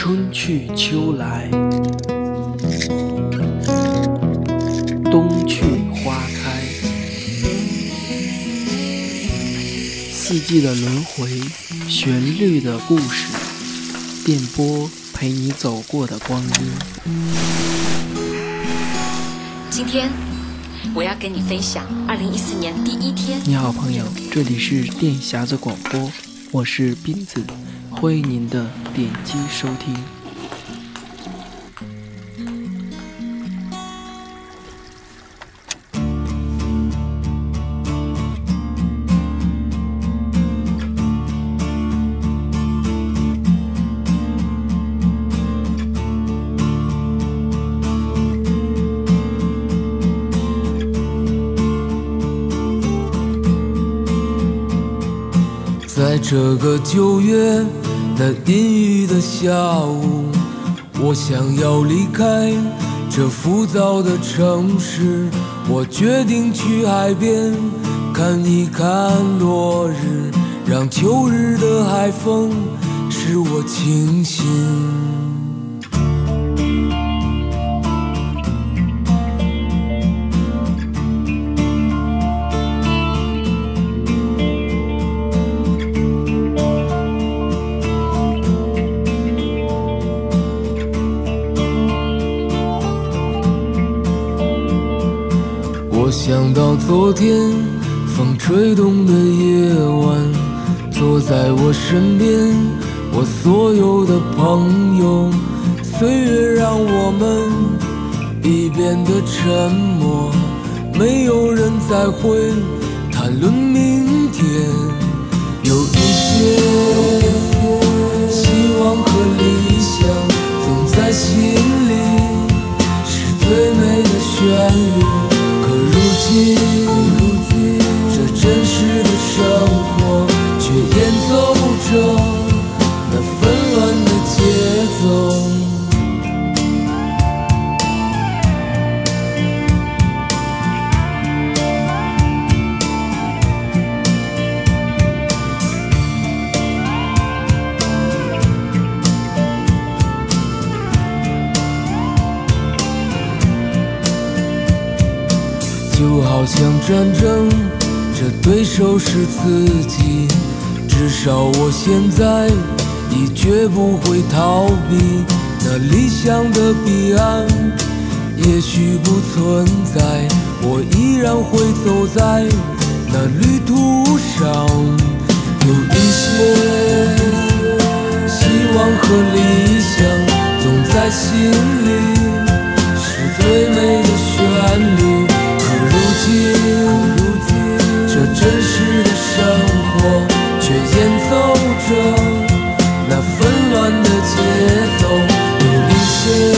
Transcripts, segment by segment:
春去秋来，冬去花开，四季的轮回，旋律的故事，电波陪你走过的光阴。 今天我要跟你分享2014年第一天。 你好朋友，这里是电匣子广播，我是斌子，欢迎您的点击收听。 在这个9月的阴郁的下午，我想要离开这浮躁的城市，我决定去海边看一看落日，让秋日的海风使我清醒。我想到昨天风吹动的夜晚，坐在我身边我所有的朋友，岁月让我们已变得沉默，没有人再会谈论明天。有一些希望和理想总在心里，是最美的旋律。这真实的生活却演奏着那纷乱的节奏。就好像战争，这对手是自己，至少我现在已绝不会逃避。那理想的彼岸也许不存在，我依然会走在那旅途上。有一些希望和理想总在心里，是最美的旋律。这真实的生活却演奏着那纷乱的节奏。有一些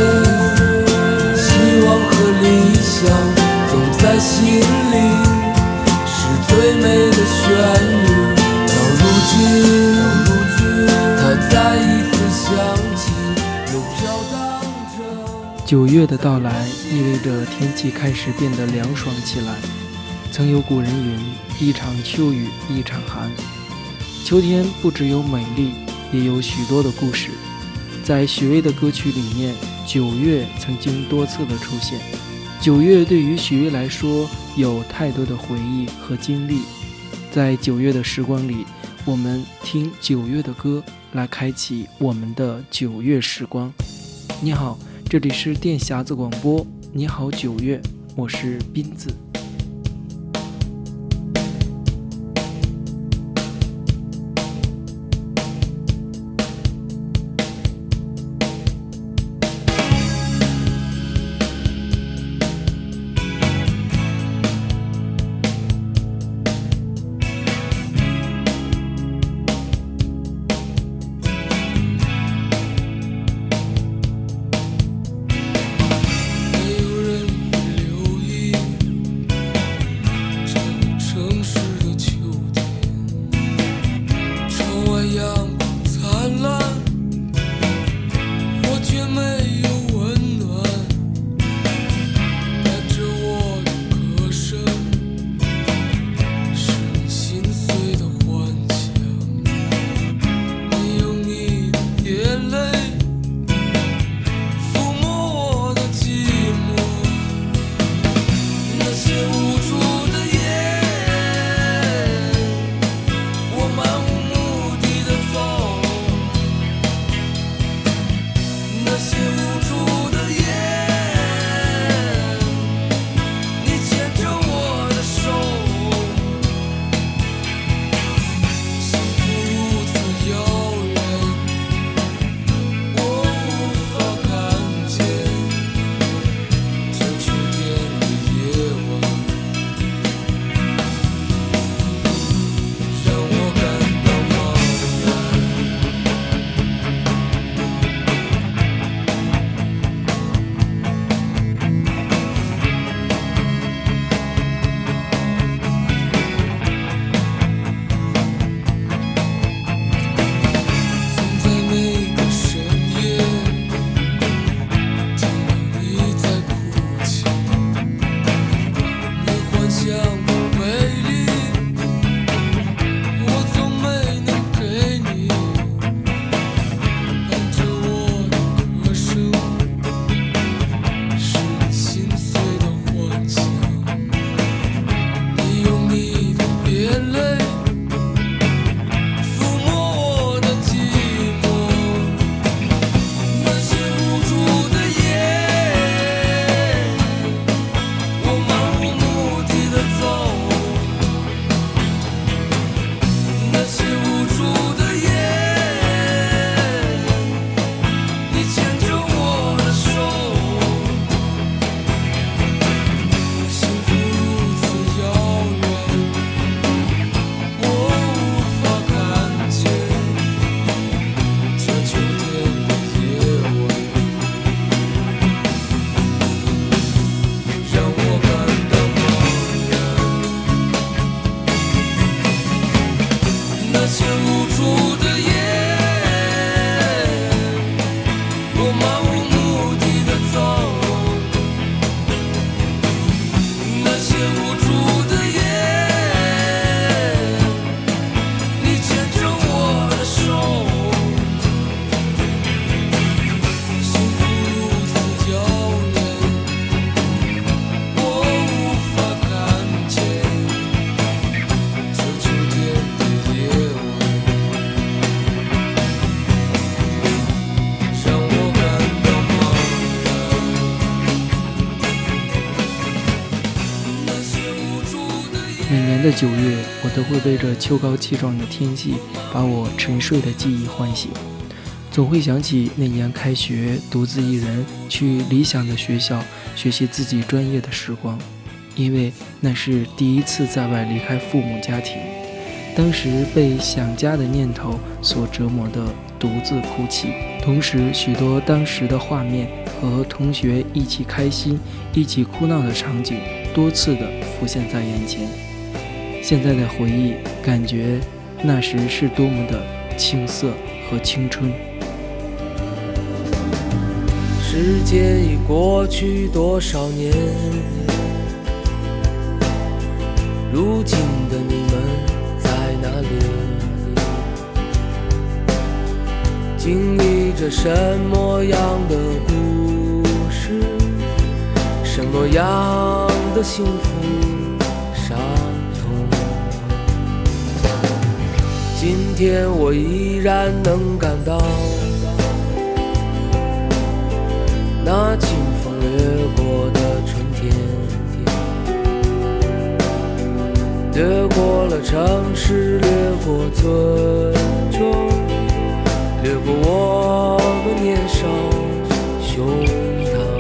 希望和理想总在心里，是最美的旋律。到如今它再一次响起，又飘荡着。 9月的到来意味着天气开始变得凉爽起来。曾有古人云，一场秋雨一场寒。秋天不只有美丽，也有许多的故事。在许巍的歌曲里面，9月曾经多次的出现。9月对于许巍来说有太多的回忆和经历。在9月的时光里，我们听9月的歌，来开启我们的9月时光。你好，这里是电匣子广播，你好9月，我是斌子。 的9月，我都会被这秋高气壮的天气把我沉睡的记忆唤醒，总会想起那年开学独自一人去理想的学校学习自己专业的时光，因为那是第一次在外离开父母家庭，当时被想家的念头所折磨的独自哭泣，同时许多当时的画面和同学一起开心一起哭闹的场景多次的浮现在眼前。现在的回忆，感觉那时是多么的青涩和青春。 时间已过去多少年，如今的你们在哪里？经历着什么样的故事？什么样的幸福伤痛？今天我依然能感到那清风掠过的春天，掠过了城市，掠过村庄，掠过我们年少胸膛。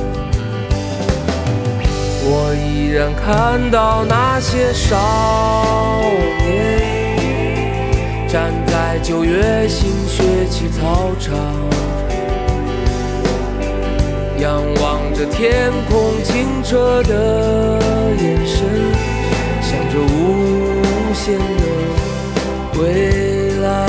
我依然看到那些少年站在9月新学期操场，仰望着天空清澈的眼神，想着无限的未来。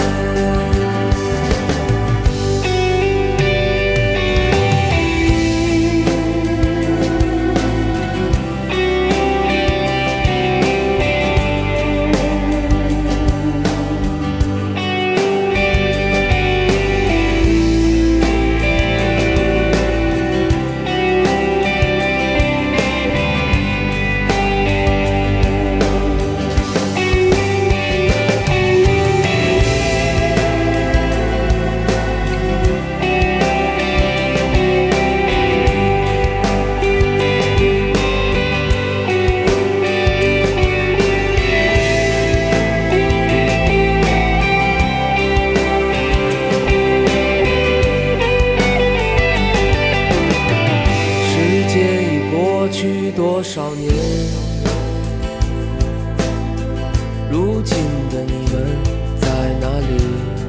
多少年，如今的你们在哪里？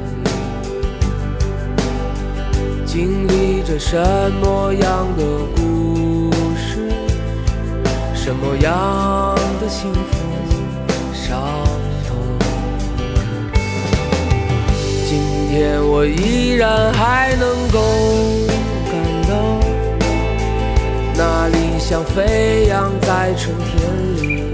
经历着什么样的故事？什么样的幸福伤痛？今天我依然还能够感到那理想飞扬在春天里，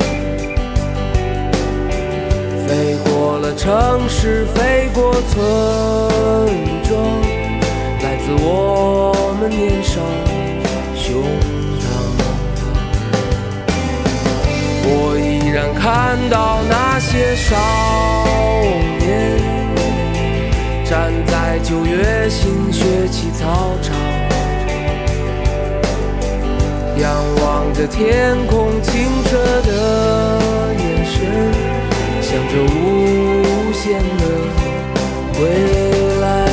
飞过了城市，飞过村庄，来自我们年少胸膛。我依然看到那些少年站在9月新学期操场，仰望着天空清澈的眼神，想着无限的未来。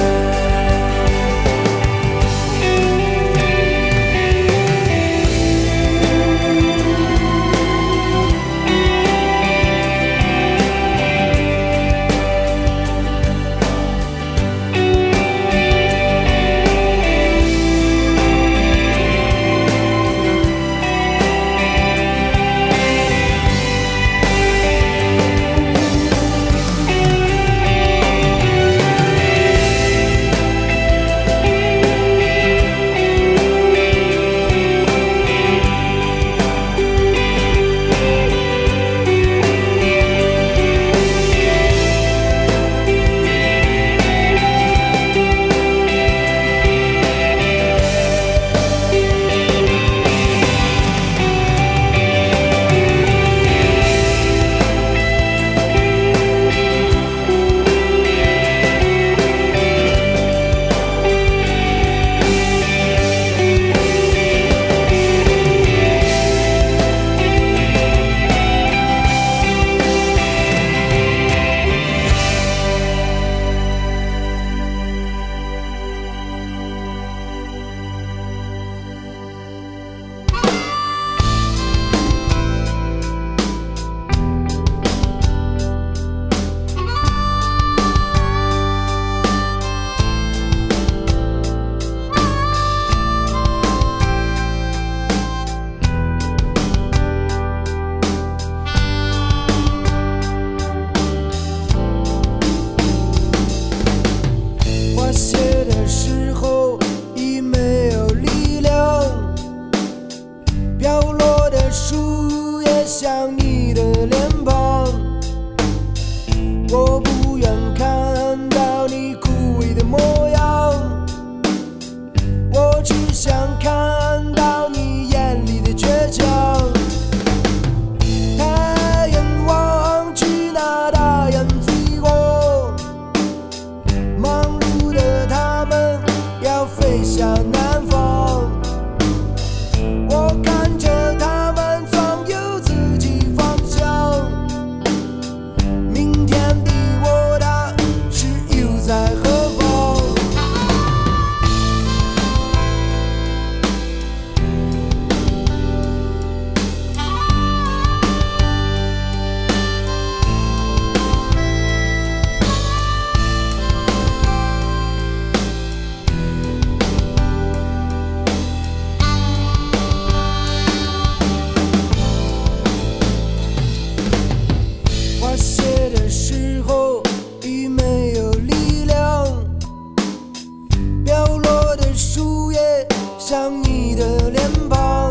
想你的脸庞，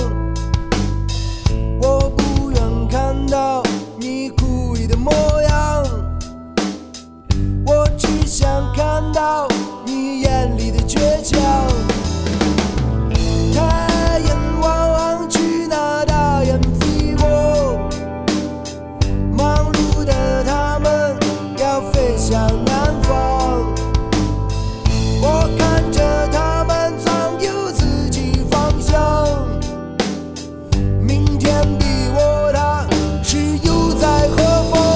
我不愿看到你哭泣的模样，我只想看到你眼里的倔强。太阳望去那大雁飞过，忙碌的它们要飞向南方，我看着它们总有自己方向，明天的我它是又在何方？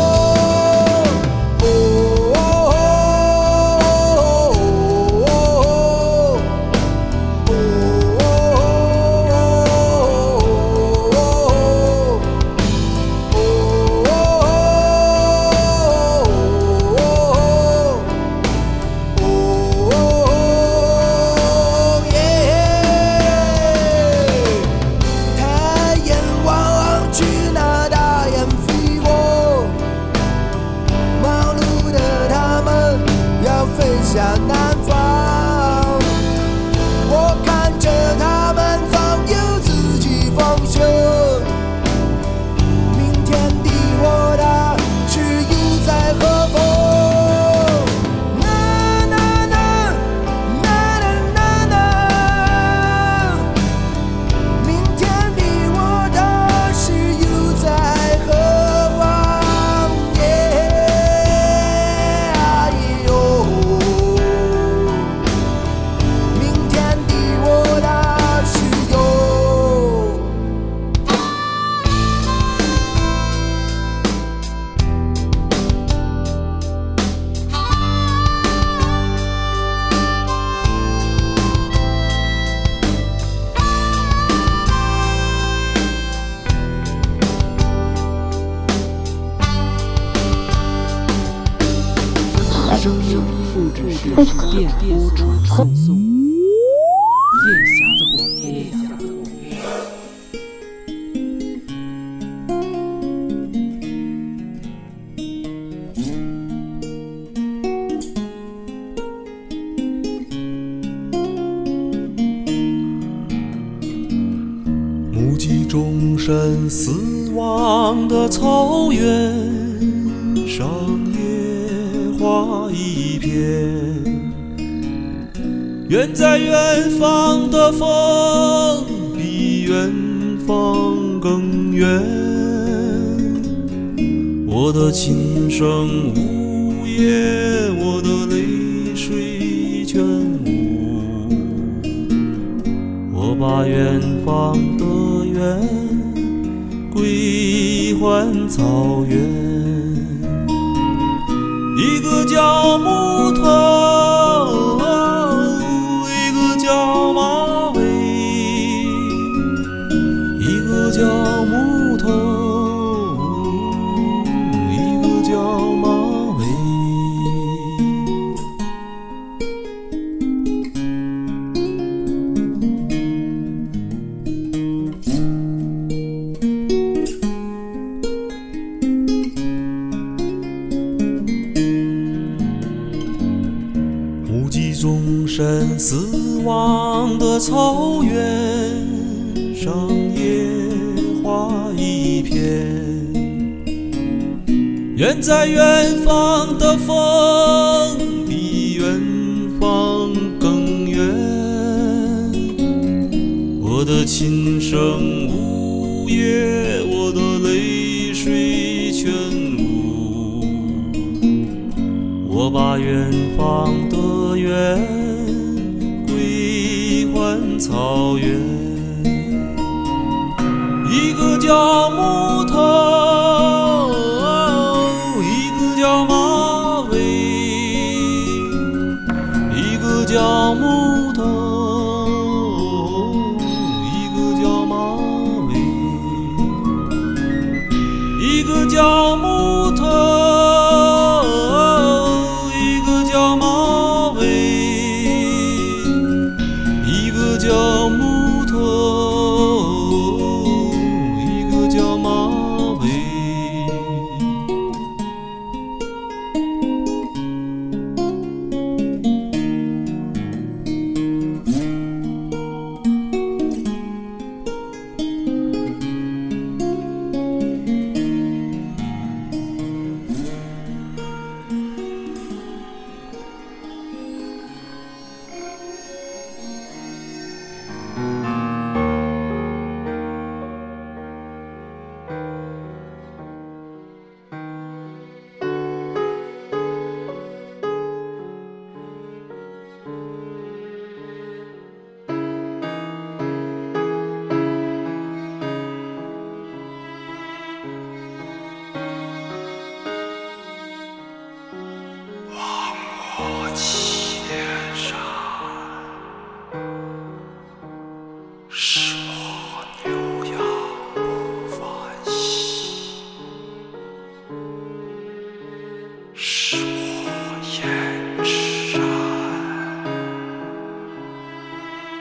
声音复制电波传送，夜匣子广播。 目击众生死亡的草原上，野花一片，远在远方的风比远方更远，我的琴声呜咽，我的泪水全无，我把远方的远归还草原。一个叫木头，一个叫马尾，一个叫木头，一个叫马尾。目击众生死亡的草原上，野花一片，远在远方的风比远方更远，我的琴声呜咽，我的泪水全无，我把远方的远归还草原。一个叫木头，一个叫马尾，一个叫木头，一个叫马尾，一个叫木头，一个叫马尾，一个叫木头，一个叫马尾。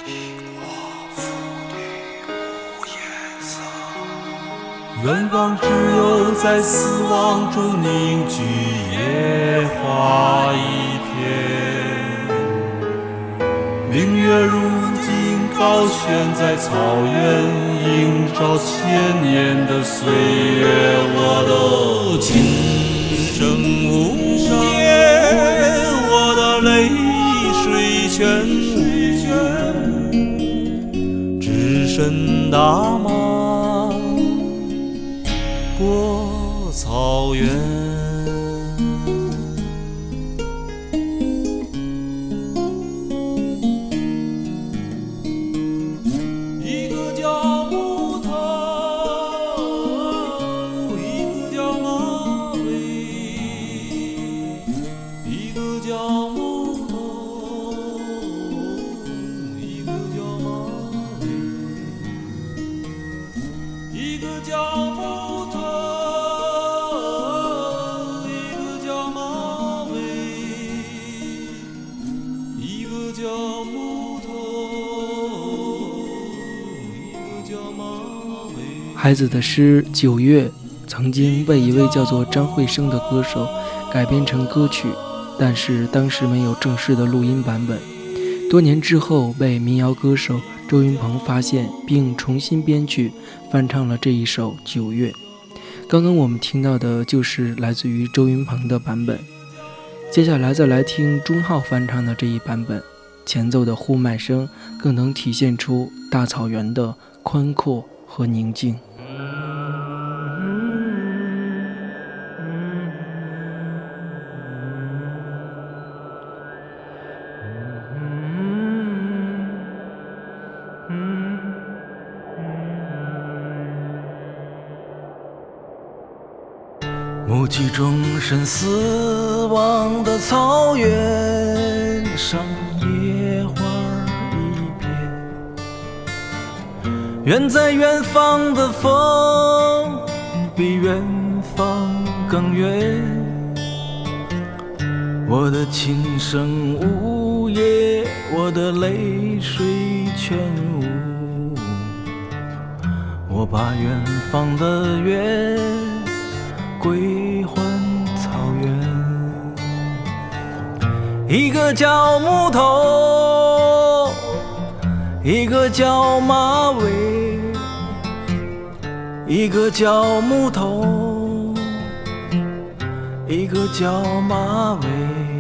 远方只有在死亡中凝聚野花一片，明月如今高悬在草原，映照千年的岁月。我的琴声无言，我的泪水全无，只身打马过草原。一个叫木头，一个叫马尾，一个叫木头，一个叫马尾，一个叫木头，一个叫马尾，一个叫木头，一个叫马尾。 孩子的诗《九月》曾经被一位叫做张惠生的歌手改编成歌曲，但是当时没有正式的录音版本。多年之后被民谣歌手周云鹏发现并重新编曲翻唱了这一首《九月》。刚刚我们听到的就是来自于周云鹏的版本，接下来再来听钟浩翻唱的这一版本，前奏的呼麦声更能体现出大草原的宽阔和宁静。 目击众生死亡的草原上，野花一片，远在远方的风比远方更远。我的琴声呜咽，我的泪水全无，我把远方的远归还草原。一个叫木头，一个叫马尾，一个叫木头，一个叫马尾。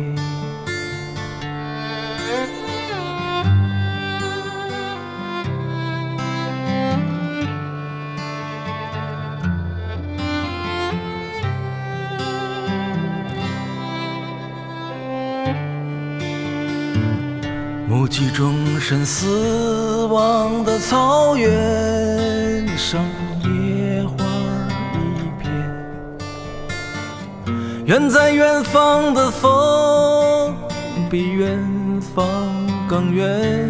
目击众生死亡的草原上，野花一片，远在远方的风比远方更远。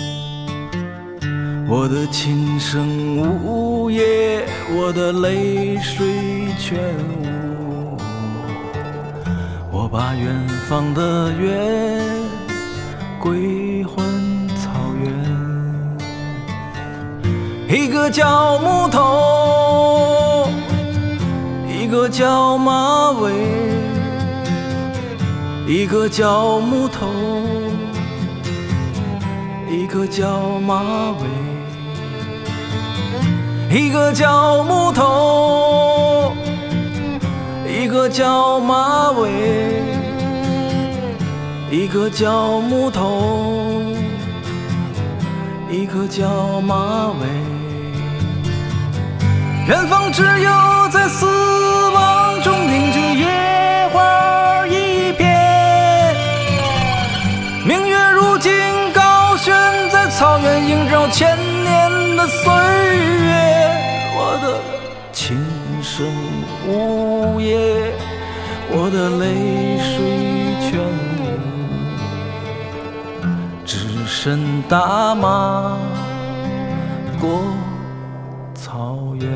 我的琴声呜咽，我的泪水全无，我把远方的远归还草原。一个叫木头，一个叫马尾，一个叫木头，一个叫马尾，一个叫木头，一个叫马尾，一个叫木头，一个叫马尾。远方只有在死亡中凝聚野花一片，明月如今高悬在草原，映照千年的岁月。我的琴声呜咽，我的泪水全无，只身打马过草原。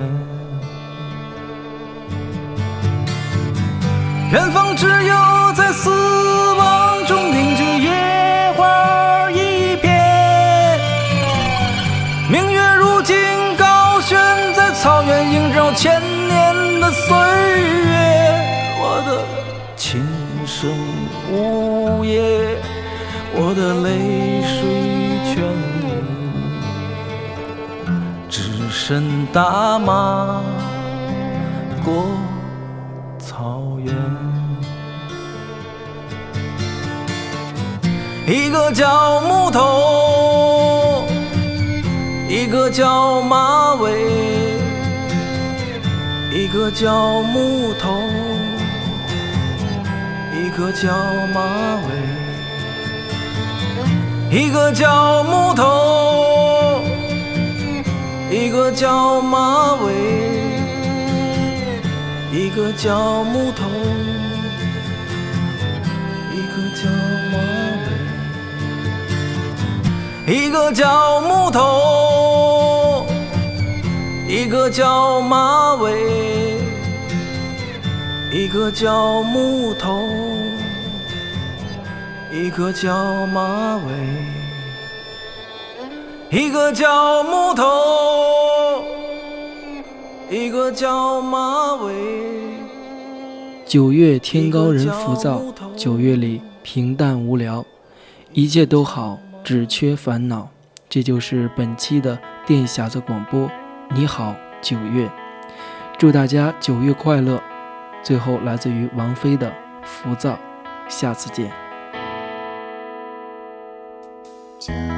远方只有在死亡中凝聚野花一片， 的岁月，我的琴声呜咽，我的泪水全无，只剩大马过草原。一个叫木头，一个叫马尾，一个叫木头，一个叫马尾，一个叫木头，一个叫马尾，一个叫木头，一个叫马尾，一个叫木头，一个叫马尾，一个叫木头，一个叫马尾，一个叫木头，一个叫马尾。 9月天高人浮躁，9月里平淡无聊，一切都好，只缺烦恼。这就是本期的电匣子广播。你好9月，祝大家9月快乐。最后来自于王菲的浮躁，下次见。